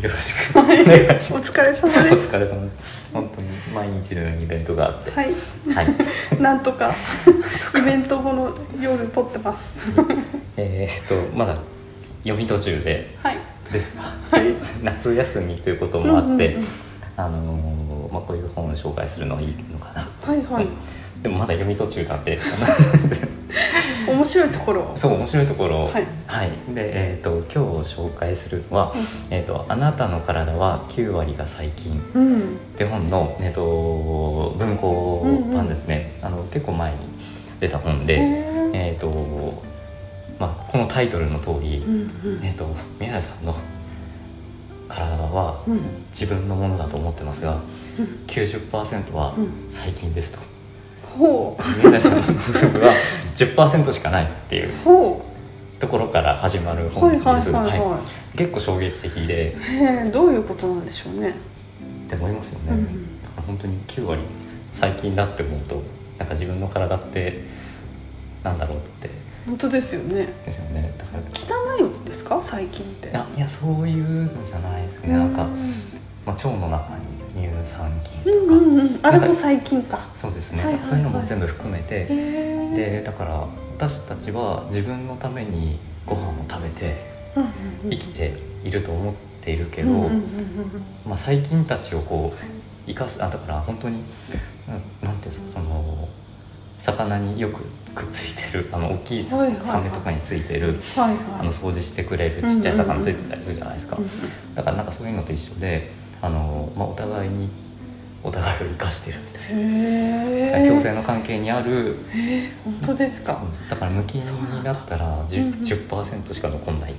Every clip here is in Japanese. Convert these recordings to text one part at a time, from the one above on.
よろしくお願いします。 お疲れ様おです。 疲れ様です。本当に毎日のようにイベントがあって、 はい、 はい。 なんとかイベント後の夜撮ってます。 まだ読み途中ではい。 ですが、 はい。 夏休みということもあって、 うんうんうん、 こういう本を紹介するのはいいのかな。 はいはい。 でもまだ読み途中なんで面白いところ。 そう面白いところ。 はい。 はい。で今日紹介するのは、あなたの体は9割が細菌。 うん。 って本の文庫版ですね。結構前に出た本で、このタイトルの通り、宮台さんの体は自分のものだと思ってますが、90% は細菌ですと。 ほう。 宮台さんの部分は 10% しかないっていうところから始まる本です。結構衝撃的で、 どういうことなんでしょうねって思いますよね。本当に9割細菌だって思うと、なんか自分の体ってなんだろうって。 本当ですよね。 ですよね。だから汚いんですか、細菌って。 いやそういうのじゃないですね。なんか、腸の中に乳酸菌とか、 あれも細菌か。 そうですね。そういうのも全部含めて、でだから私たちは自分のためにご飯を食べて生きていると思っているけど、細菌たちをこう生かす、だから本当になんていうんですか、その魚によくくっついてる大きいサメとかについてる、掃除してくれるちっちゃい魚ついてたりするじゃないですか。だからなんかそういうのと一緒で、お互いを生かしてるみたいな、共生の関係にある。 本当ですか。 だから無菌になったら 10% しか残んない。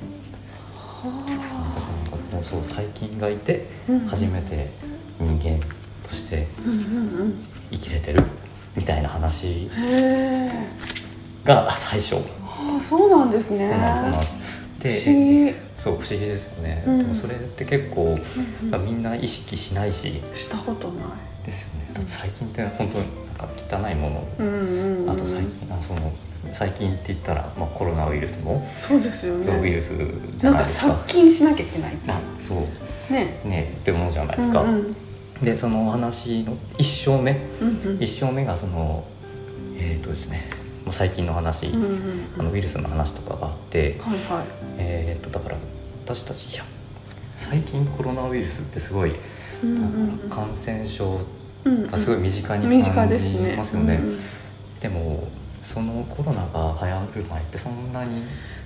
もうそう、細菌がいて初めて人間として生きれてるみたいな話が最初。 そうなんですね。 そうなんです。で、 不思議。 そう不思議ですよね。でもそれって結構みんな意識しないし。 したことないですよね。だって細菌って本当になんか汚いもの。あと細菌って言ったら、コロナウイルスもそうですよね。 そうウイルスじゃないですか。 なんか殺菌しなきゃいけない。 そうねって思うじゃないですか。でその話の1章目がそのですね、細菌の話、ウイルスの話とかがあって、だから私たち最近コロナウイルスってすごい感染症がすごい身近に感じますよね。でもそのコロナが流行る前ってそんな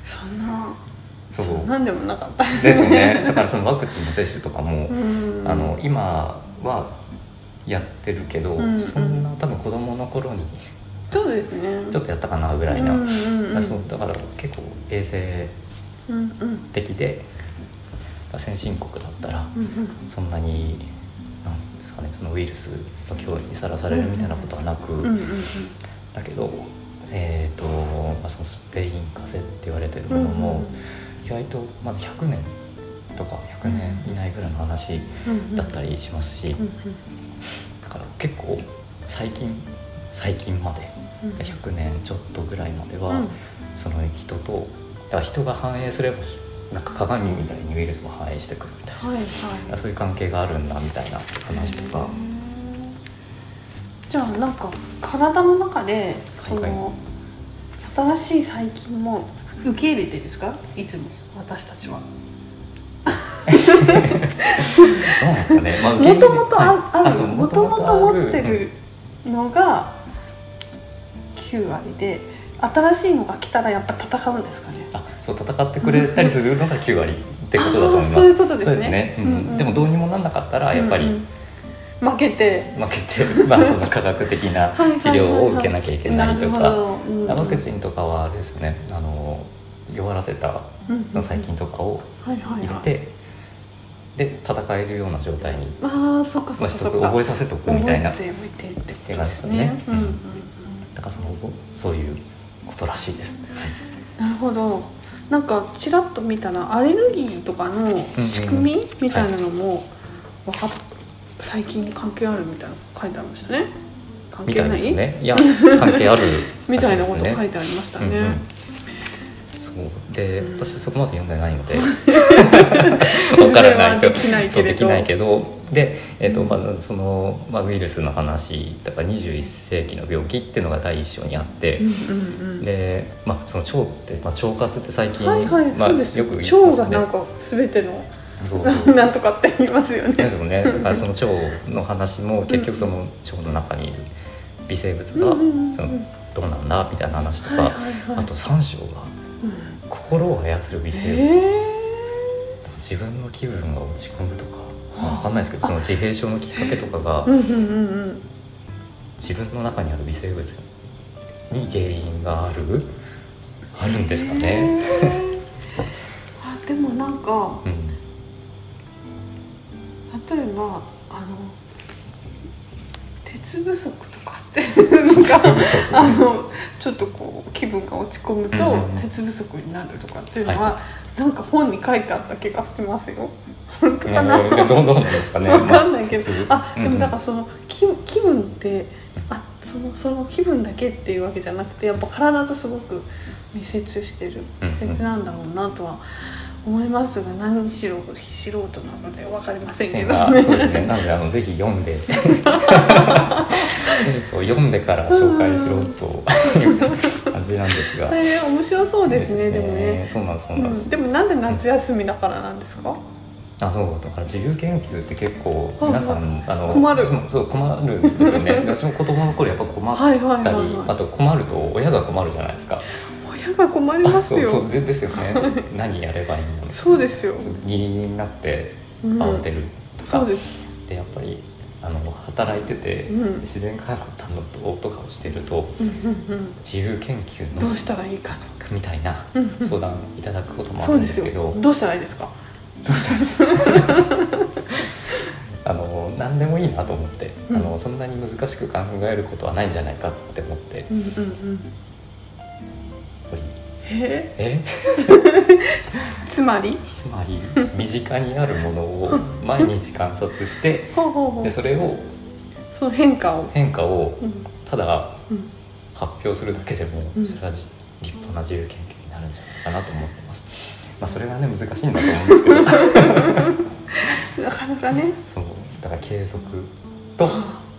なんでもなかったですね。だからそのワクチンの接種とかも今はやってるけど、そんな多分子供の頃にそうですね、 ちょっとやったかなぐらいな。だから結構衛生的で、先進国だったらそんなになんですかね、そのウイルスの脅威にさらされるみたいなことはなく、だけどそのスペイン風邪って言われてるものも意外とまだ100年とか100年以内ぐらいの話だったりしますし、だから結構最近まで100年ちょっとぐらいまでは、その人が反映すればなんか鏡みたいにウイルスも反映してくるみたいな、そういう関係があるんだみたいな話とか。 じゃあなんか体の中でその新しい細菌も受け入れてるんですか、いつも私たちは。 どうなんですかね。 もともと持ってるのが9割で、新しいのが来たらやっぱ戦うんですかね。 そう戦ってくれたりするのが9割ってことだと思います。 そういうことですね。 でもどうにもなんなかったらやっぱり負けてその科学的な治療を受けなきゃいけないとか、ワクチンとかはあれですね、弱らせた細菌とかを入れて、で戦えるような状態に覚えさせておくみたいな手がですね。だからそういうことらしいです。 なるほど。なんかちらっと見たらアレルギーとかの仕組みみたいなのも最近関係あるみたいなの書いてありましたね。関係ない？いや関係あるみたいなこと書いてありましたね。 そうで私そこまで読んでないのでわからないとできないけどで、その、ウイルスの話だから21世紀の病気っていうのが第一章にあって、で、その腸って、腸活って最近、よく言いますよね。 腸がなんか全てのなんとかって言いますよね。 ですよね。だからその腸の話も結局その腸の中にいる微生物がそのどうなんだみたいな話とか、あと3章が心を操る微生物、自分の気分が落ち込むとか分かんないですけど、その自閉症のきっかけとかが自分の中にある微生物に原因があるんですかね。 でもなんか、例えば鉄不足とかってなんかちょっとこう気分が落ち込むと鉄不足になるとかっていうのは、なんか本に書いてあった気がしますよ。本当かな。 どうなんですかね。 分かんないけど、でもだからその気分ってその気分だけっていうわけじゃなくて、やっぱ体とすごく密接してる密接なんだろうなとは思いますが、何しろ素人なので分かりませんけどね。 そうですね。なのでぜひ読んでそう読んでから紹介しろという感じなんですが、 面白そうですね。でもね、 そうなんです。 でもなんで夏休みだからなんですか？ そうだから自由研究って結構皆さん困るんですよね。私も子供の頃やっぱ困ったり、あと困ると親が困るじゃないですか。 親が困りますよ。 そうですよね。何やればいいの？ そうですよ。 ギリギリになって慌てるとか、 そうです。 でやっぱり働いてて自然科学の担当とかをしてると、自由研究のどうしたらいいかとみたいな相談いただくこともあるんですけど、 どうしたらいいですか？ 何でもいいなと思って、そんなに難しく考えることはないんじゃないかって思って、 つまり身近にあるものを毎日観察してでそれをその変化をただ発表するだけでもそれは立派な自由研究になるんじゃないかなと思ってます。それがね難しいんだと思うんですけどなかなかね。 そうだから継続と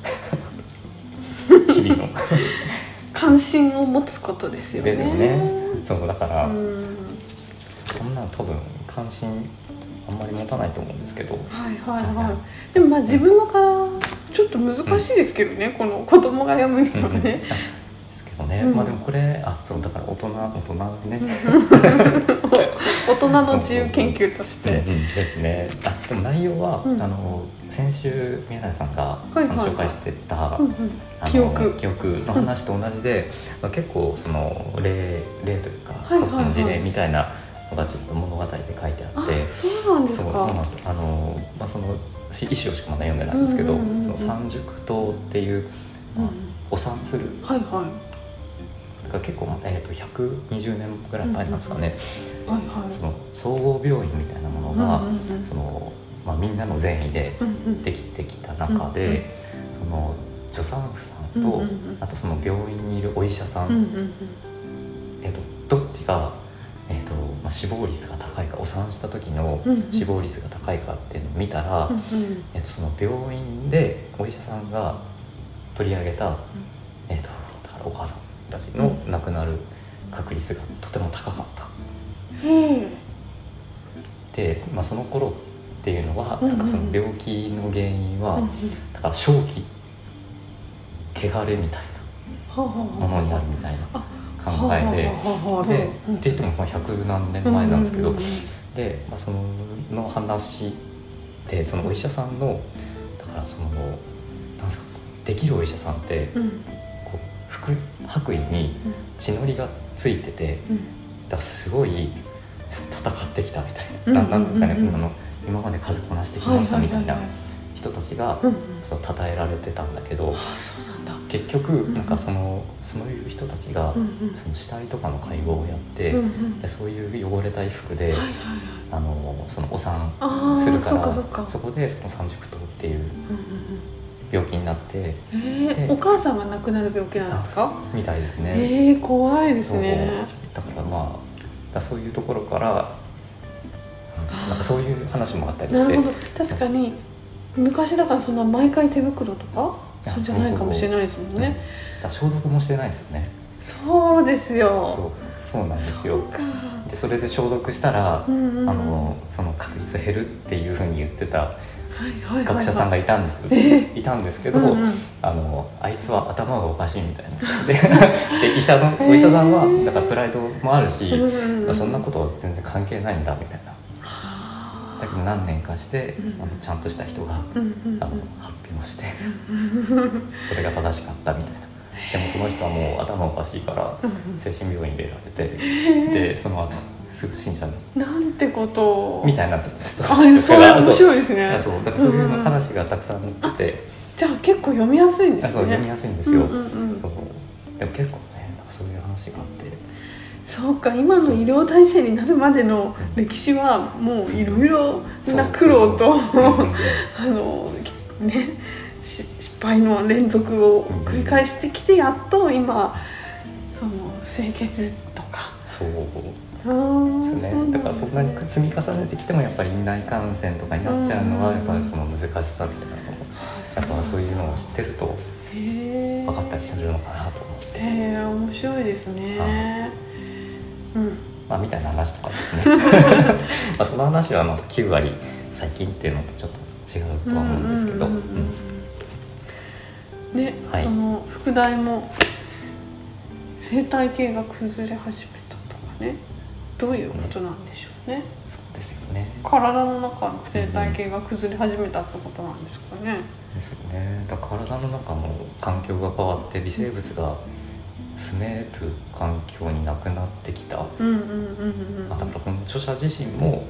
日々の関心を持つことですよね。 ですよね。そうだからそんな多分関心あんまり持たないと思うんですけど、 でも自分のからちょっと難しいですけどね、この子供が読むにはね。 ですけどね。でもこれそうだから大人ね。 大人の自由研究としてですね。でも内容は先週宮台さんが紹介してた記憶の話と同じで、結構その例というか過去の事例みたいなのがちょっと物語で書いてあって、 そうなんですか。 そうなんです。その一章しかまだ読んでないんですけど、その三熟糖っていうお産する。結構120年ぐらい前なんですかね。その総合病院みたいなものがそのみんなの善意でできてきた中で、その助産婦さんとあとその病院にいるお医者さん、どっちが死亡率が高いか、お産した時の死亡率が高いかっていうのを見たら、その病院でお医者さんが取り上げただからお母さんたちの亡くなる確率がとても高かった。で、その頃っていうのはなんかその病気の原因はだから早期汚れみたいなものにあるみたいな考えで、って言っても100何年前なんですけど、で、その話でそのお医者さんのだからそのなんですか、できるお医者さんってこう白衣に血のりがついてて、だからすごい戦ってきたみたいな、なんですかね、今まで数こなしてきましたみたいな人たちがそう称えられてたんだけど、結局なんかそういう人たちがその死体とかの解剖をやって、そういう汚れた衣服でそのお産するから、そこでその三熟糖っていう病気になって、 お母さんが亡くなる病気なんですか？ みたいですね。 怖いですね。 だからだそういうところからなんかそういう話もあったりして。 なるほど、確かに昔だからそんな毎回手袋とかそうじゃないかもしれないですもんね。 だ消毒もしてないですよね。 そうですよ。 そうなんですよ。でそれで消毒したら、その確率減るっていうふうに言ってた学者さんがいたんですけど、あいつは頭がおかしいみたいなでお医者さんはだからプライドもあるし、そんなことは全然関係ないんだみたいな。だけど何年かして、ちゃんとした人が、発表してそれが正しかったみたいな。でもその人はもう頭おかしいから精神病院入れられて、でその後すぐ死んじゃうなんてことみたいになってます。 それ面白いですね。 そうだからそういう話がたくさん載ってて、 じゃあ結構読みやすいんですね。 そう読みやすいんですよ。そうでも結構ね、なんかそういう話があって、 そうか、今の医療体制になるまでの歴史はもういろいろな苦労と失敗の連続を繰り返してきて、やっと今その清潔とか。 そうですね。だからそんなに積み重ねてきてもやっぱり院内感染とかになっちゃうのはやっぱりその難しさみたいなのもやっぱそういうのを知ってると分かったりするのかなと思って。 面白いですね。 まあみたいな話とかですね。まあその話は9割最近っていうのとちょっと違うとは思うんですけど。 で、その副題も生態系が崩れ始めたとかね、どういうことなんでしょうね。 そうですよね。 体の中の生態系が崩れ始めたってことなんですかね。 ですよね。だから体の中の環境が変わって微生物が住める環境になくなってきた。だからこの著者自身も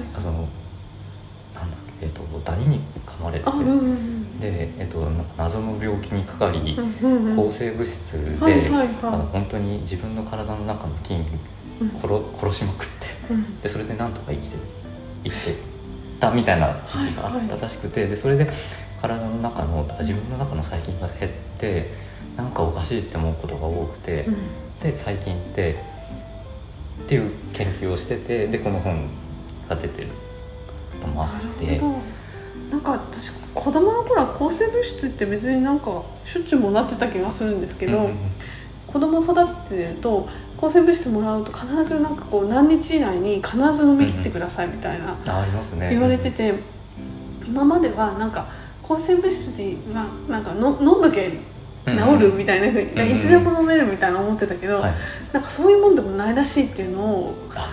ダニに噛まれて、で、なんか謎の病気にかかり、抗生物質で本当に自分の体の中の菌殺しまくって、でそれでなんとか生きてたみたいな時期があったらしくて、でそれで体の中の自分の中の細菌が減ってなんかおかしいって思うことが多くて、で細菌っていう研究をしてて、でこの本が出てることもあって。 なんか私子供の頃は抗生物質って別になんかしょっちゅうもらってた気がするんですけど、子供育ってると抗生物質もらうと必ずなんかこう何日以内に必ず飲み切ってくださいみたいな言われてて、今まではなんか抗生物質でなんか飲んどけ治るみたいな風に、いつでも飲めるみたいな思ってたけど、なんかそういうもんでもないらしいっていうのを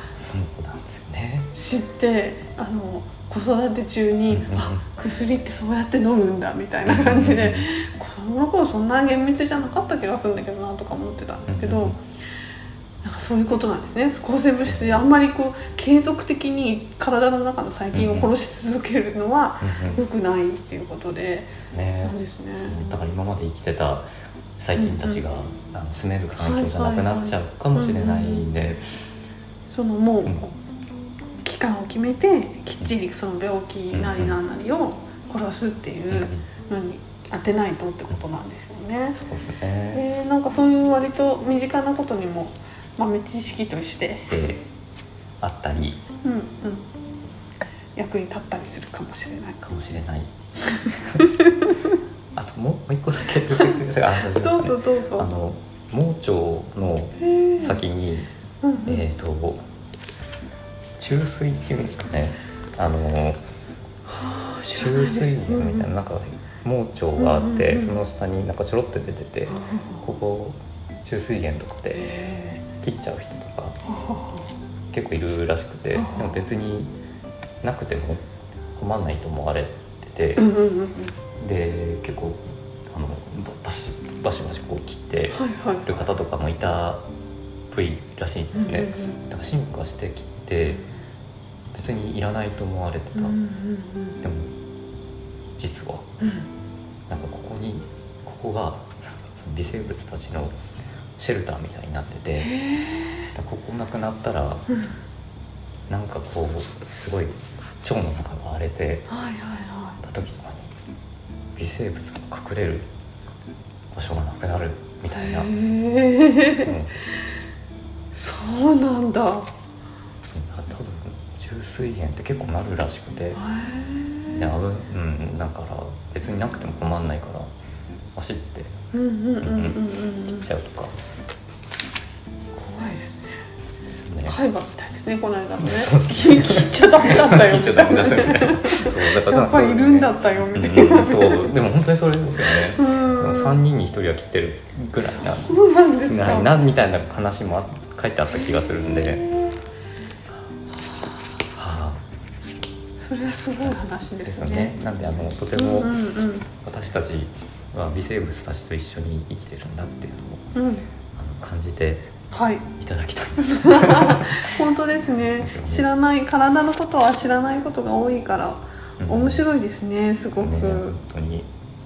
知って、子育て中に薬ってそうやって飲むんだみたいな感じで、子供の頃そんな厳密じゃなかった気がするんだけどなとか思ってたんですけど、なんかそういうことなんですね。抗生物質あんまりこう継続的に体の中の細菌を殺し続けるのは良くないっていうことでなんですね。 だから今まで生きてた細菌たちが住める環境じゃなくなっちゃうかもしれないんで、 そのもう期間を決めてきっちりその病気なりなんなりを殺すっていうのに当てないとってことなんですよね。 そうですね。 なんかそういう割と身近なことにも豆知識としてあったり、 役に立ったりするかもしれない。 あともう一個だけどうぞどうぞ。 盲腸の先に虫垂っていうんですかね、虫垂源みたいな、なんか盲腸があって、その下になんかちょろっと出てて、ここ虫垂源とかで切っちゃう人とか結構いるらしくて、でも別になくても困んないと思われてて、で結構バシバシこう切ってる方とかもいたっぽいらしいんですね。だから進化して切って別にいらないと思われてた。でも実はなんかここがその微生物たちのシェルターみたいになってて、ここなくなったらなんかこうすごい腸の中が荒れてた時とかに微生物が隠れる場所がなくなるみたいな。 そうなんだ。 虫垂炎って結構なるらしくて、でだから別になくても困んないから走って切っちゃうとか。 怖いですね。 ですね。 海馬みたいですね、この間もね。切っちゃダメだったよみたいな。そうだからやっぱりいるんだったよみたいな。 そうでも本当にそれですよね。3人に1人は切ってるぐらいな。 そうなんですか。 なみたいな話も書いてあった気がするんで。 それはすごい話ですね。 なんでとても私たちは微生物たちと一緒に生きてるんだっていうのを感じていただきたい。 本当ですね。知らない体のことは知らないことが多いから面白いですね。すごく。 本当に。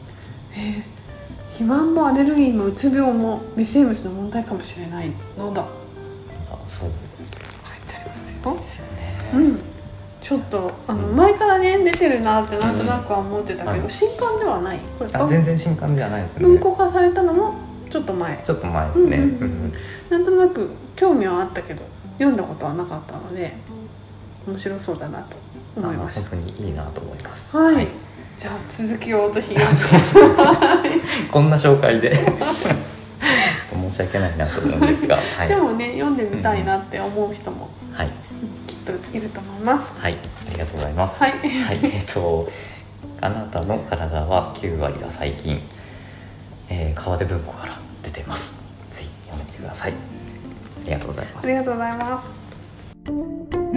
肥満もアレルギーもうつ病も微生物の問題かもしれないのだ。 そう。書いてありますよ。 ですよね。 ちょっと前からね出てるなってなんとなくは思ってたけど、新刊ではない。これ全然新刊じゃないですね。 文庫化されたのもちょっと前ですね。 なんとなく興味はあったけど読んだことはなかったので面白そうだなと思いました。 本当にいいなと思います。 はい。じゃあ続きをぜひ読んでください。 こんな紹介で申し訳ないなと思うんですが、 でもね読んでみたいなって思う人もきっといると思います。 はい、ありがとうございます。あなたの体は9割が細菌、川出文庫から出てます。ぜひ読んでみてください。ありがとうございます。 ありがとうございます。